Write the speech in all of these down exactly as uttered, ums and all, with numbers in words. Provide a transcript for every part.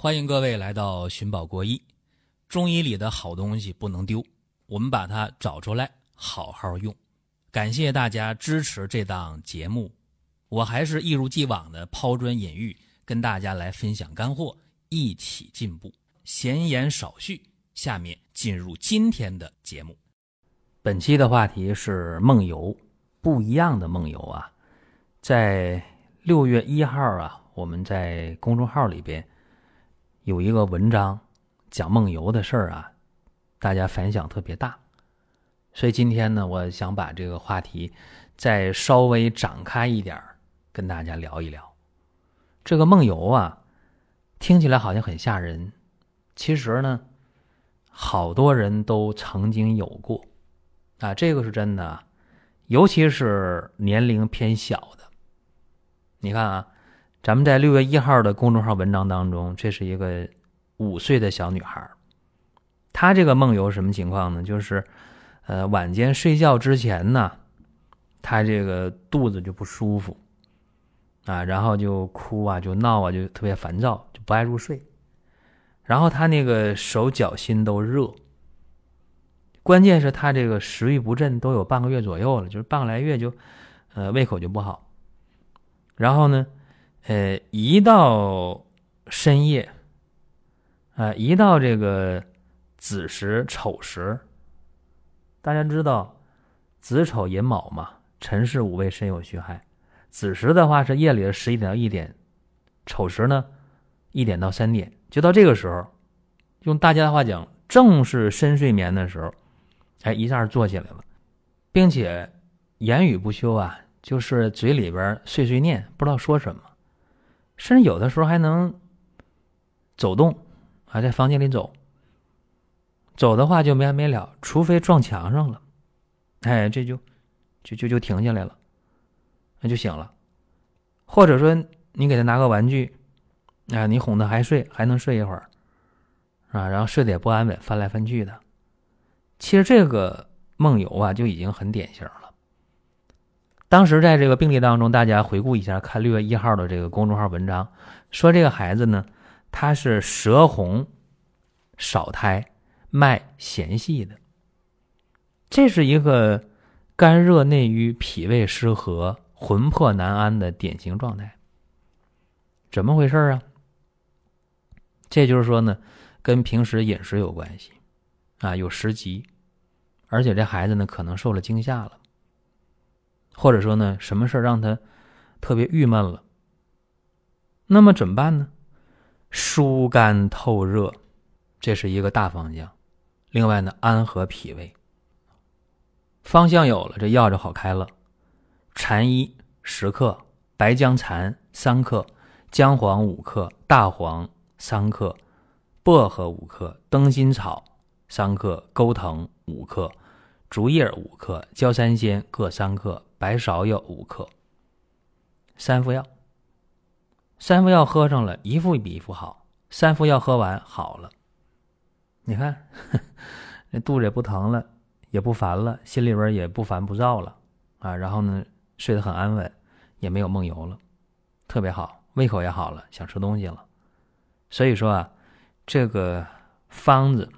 欢迎各位来到寻宝国医。中医里的好东西不能丢，我们把它找出来好好用。感谢大家支持这档节目，我还是一如既往的抛砖引玉，跟大家来分享干货，一起进步。闲言少叙，下面进入今天的节目。本期的话题是梦游，不一样的梦游啊。在六月一号啊，我们在公众号里边有一个文章讲梦游的事儿啊，大家反响特别大，所以今天呢，我想把这个话题再稍微展开一点，跟大家聊一聊。这个梦游啊，听起来好像很吓人，其实呢，好多人都曾经有过啊，这个是真的啊，尤其是年龄偏小的。你看啊，咱们在六月一号的公众号文章当中，这是一个五岁的小女孩，她这个梦游什么情况呢？就是呃晚间睡觉之前呢，她这个肚子就不舒服啊，然后就哭啊，就闹啊，就特别烦躁，就不爱入睡。然后她那个手脚心都热，关键是她这个食欲不振，都有半个月左右了，就是半个来月就呃胃口就不好。然后呢呃，一到深夜，啊、呃，一到这个子时、丑时，大家知道子丑寅卯嘛，辰巳午未申酉戌亥。子时的话是夜里的十一点到一点，丑时呢一点到三点，就到这个时候，用大家的话讲，正是深睡眠的时候，哎，一下坐起来了，并且言语不休啊，就是嘴里边碎碎念，不知道说什么。甚至有的时候还能走动啊，在房间里走，走的话就没完没了，除非撞墙上了，哎，这就就就就停下来了，那就醒了。或者说你给他拿个玩具啊，你哄他还睡，还能睡一会儿啊，然后睡得也不安稳，翻来翻去的。其实这个梦游啊，就已经很典型了。当时在这个病例当中，大家回顾一下，看六月一号的这个公众号文章，说这个孩子呢，他是舌红少苔脉弦细的，这是一个肝热内郁、脾胃失和、魂魄难安的典型状态。怎么回事啊？这就是说呢，跟平时饮食有关系啊，有食积，而且这孩子呢，可能受了惊吓了。或者说呢，什么事让他特别郁闷了，那么怎么办呢？疏肝透热，这是一个大方向。另外呢，安和脾胃，方向有了，这药就好开了。蝉衣十克，白姜蝉三克，姜黄五克，大黄三克，薄荷五克，灯心草三克，钩藤五克，竹叶五克，焦三仙各三克，白芍药五克，三副药。三副药喝上了，一副比一副好。三副药喝完好了，你看那肚子也不疼了，也不烦了，心里边也不烦不躁了啊，然后呢睡得很安稳，也没有梦游了，特别好，胃口也好了，想吃东西了。所以说啊，这个方子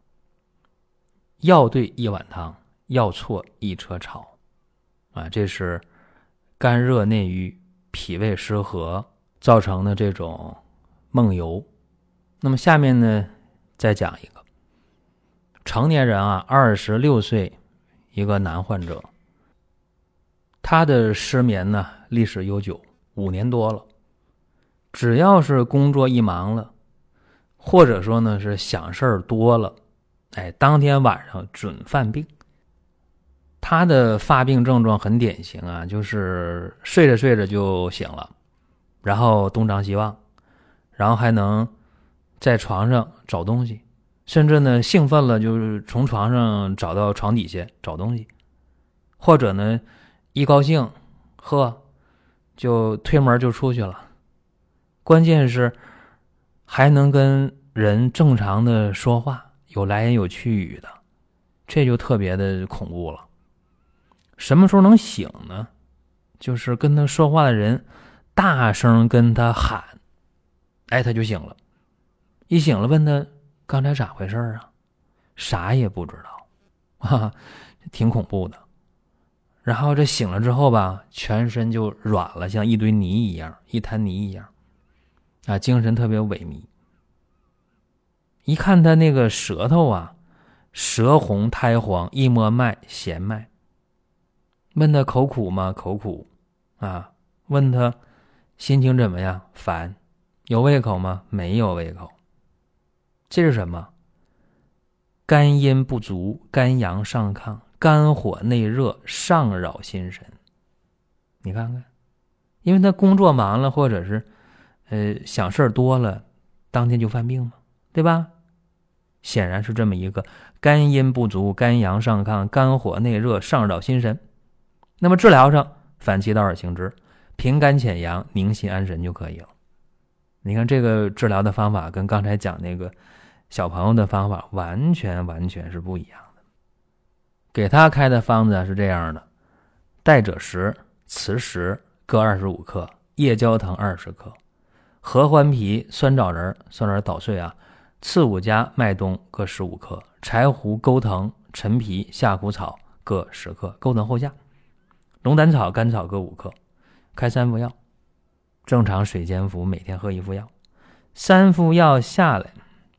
药对一碗汤，药错一车草啊，这是肝热内郁、脾胃失和造成的这种梦游。那么下面呢，再讲一个成年人啊，二十六岁，一个男患者，他的失眠呢历史悠久，五年多了。只要是工作一忙了，或者说呢是想事儿多了，哎，当天晚上准犯病。他的发病症状很典型啊，就是睡着睡着就醒了，然后东张西望，然后还能在床上找东西，甚至呢兴奋了就是从床上找到床底下找东西，或者呢一高兴呵就推门就出去了。关键是还能跟人正常的说话，有来言有去语的，这就特别的恐怖了。什么时候能醒呢？就是跟他说话的人大声跟他喊，哎，他就醒了。 一醒了问他刚才咋回事啊？啥也不知道，哈哈，挺恐怖的。然后这醒了之后吧，全身就软了，像一堆泥一样，一滩泥一样，啊，精神特别萎靡。一看他那个舌头啊，舌红苔黄，一摸脉弦脉。问他口苦吗？口苦啊。问他心情怎么样？烦。有胃口吗？没有胃口。这是什么？肝阴不足，肝阳上亢，肝火内热，上扰心神。你看看，因为他工作忙了，或者是呃想事儿多了，当天就犯病嘛，对吧？显然是这么一个肝阴不足，肝阳上亢，肝火内热，上扰心神。那么治疗上反其道而行之，平肝潜阳，宁心安神就可以了。你看这个治疗的方法跟刚才讲那个小朋友的方法完全完全是不一样的。给他开的方子是这样的：代赭石、磁石各二十五克，夜交藤二十克，合欢皮、酸枣仁、酸枣捣碎啊，刺五加、麦冬各十五克，柴胡、钩藤、陈皮、夏枯草各十克，钩藤后下，龙胆草、甘草各五克，开三副药，正常水煎服，每天喝一副药。三副药下来，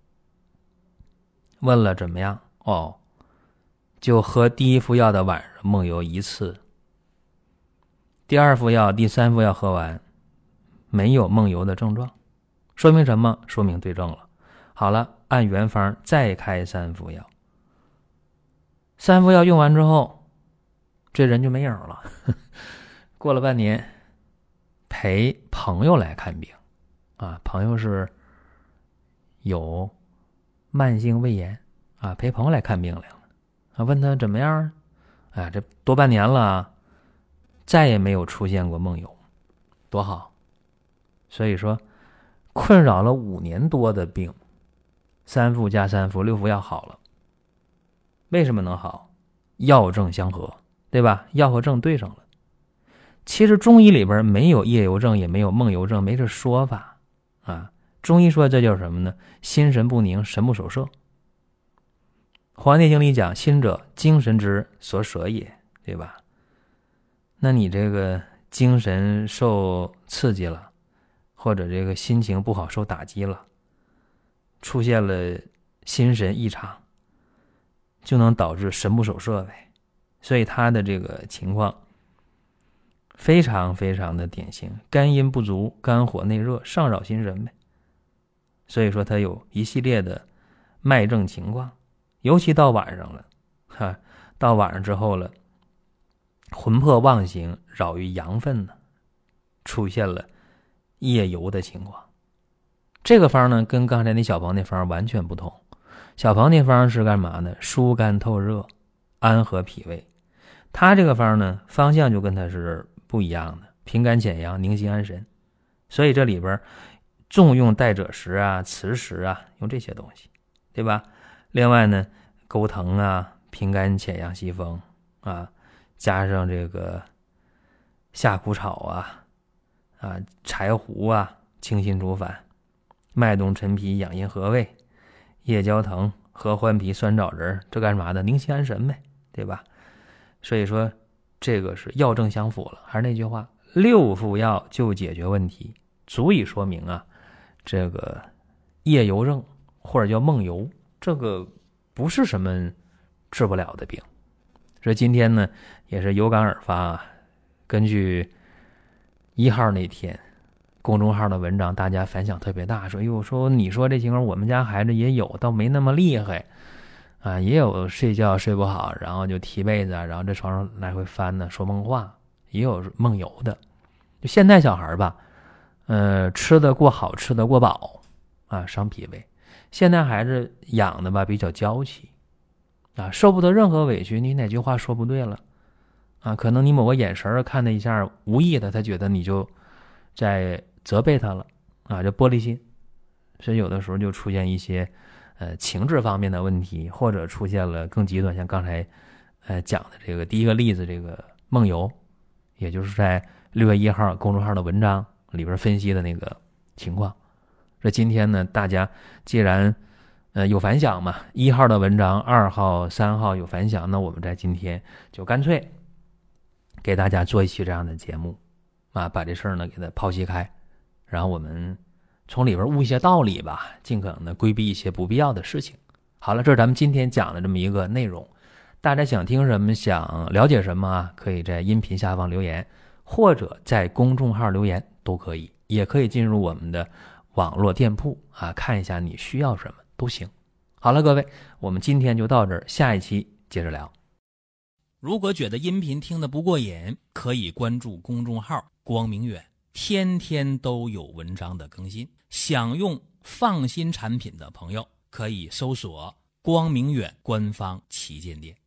问了怎么样？哦，就喝第一副药的晚上梦游一次，第二副药、第三副药喝完，没有梦游的症状，说明什么？说明对症了。好了，按原方再开三副药。三副药用完之后，这人就没影了。过了半年，陪朋友来看病啊，朋友是有慢性胃炎啊，陪朋友来看病来了啊，问他怎么样？哎，这多半年了，再也没有出现过梦游，多好！所以说，困扰了五年多的病，三副加三副，六副药好了。为什么能好？药症相合，对吧？药和症对上了。其实中医里边没有夜游症，也没有梦游症，没这说法啊。中医说这叫什么呢？心神不宁，神不守舍。黄帝内经里讲，心者精神之所舍也，对吧？那你这个精神受刺激了，或者这个心情不好受打击了，出现了心神异常，就能导致神不守舍呗。所以他的这个情况非常非常的典型，肝阴不足，肝火内热，上扰心神呗。所以说他有一系列的脉症情况，尤其到晚上了，哈，到晚上之后了，魂魄妄行，扰于阳分呢，出现了夜游的情况。这个方呢，跟刚才那小鹏那方完全不同。小鹏那方是干嘛呢？疏肝透热，安和脾胃。他这个方呢，方向就跟他是不一样的，平肝潜阳，宁心安神。所以这里边重用代赭石啊、磁石啊，用这些东西，对吧？另外呢，钩藤啊，平肝潜阳息风啊，加上这个夏枯草啊、啊柴胡啊，清心主反；麦冬、陈皮养阴和胃；夜交藤、合欢皮、酸枣仁，这干嘛的？宁心安神呗，对吧？所以说这个是药症相符了。还是那句话，六副药就解决问题，足以说明啊，这个夜游症或者叫梦游，这个不是什么治不了的病。所以今天呢，也是有感而发，根据一号那天公众号的文章，大家反响特别大，说哟，说你说这情况我们家孩子也有，倒没那么厉害啊，也有睡觉睡不好，然后就踢被子，然后在床上来回翻呢，说梦话，也有梦游的。就现在小孩吧，呃，吃得过好，吃得过饱啊，伤脾胃。现在孩子养的吧比较娇气啊，受不得任何委屈，你哪句话说不对了啊？可能你某个眼神看他一下，无意的他觉得你就在责备他了啊，就玻璃心。所以有的时候就出现一些呃情志方面的问题，或者出现了更极端，像刚才呃讲的这个第一个例子，这个梦游，也就是在六月一号公众号的文章里边分析的那个情况。 这今天呢，大家既然呃有反响嘛，一号的文章、二号、三号有反响，那我们在今天就干脆给大家做一期这样的节目啊，把这事儿呢给它剖析开，然后我们从里边悟一些道理吧，尽可能的规避一些不必要的事情。好了，这是咱们今天讲的这么一个内容。大家想听什么，想了解什么啊，可以在音频下方留言，或者在公众号留言都可以，也可以进入我们的网络店铺啊，看一下你需要什么都行。好了，各位，我们今天就到这儿，下一期接着聊。 如果觉得音频听得不过瘾，可以关注公众号光明远，天天都有文章的更新。想用放心产品的朋友，可以搜索光明远官方旗舰店。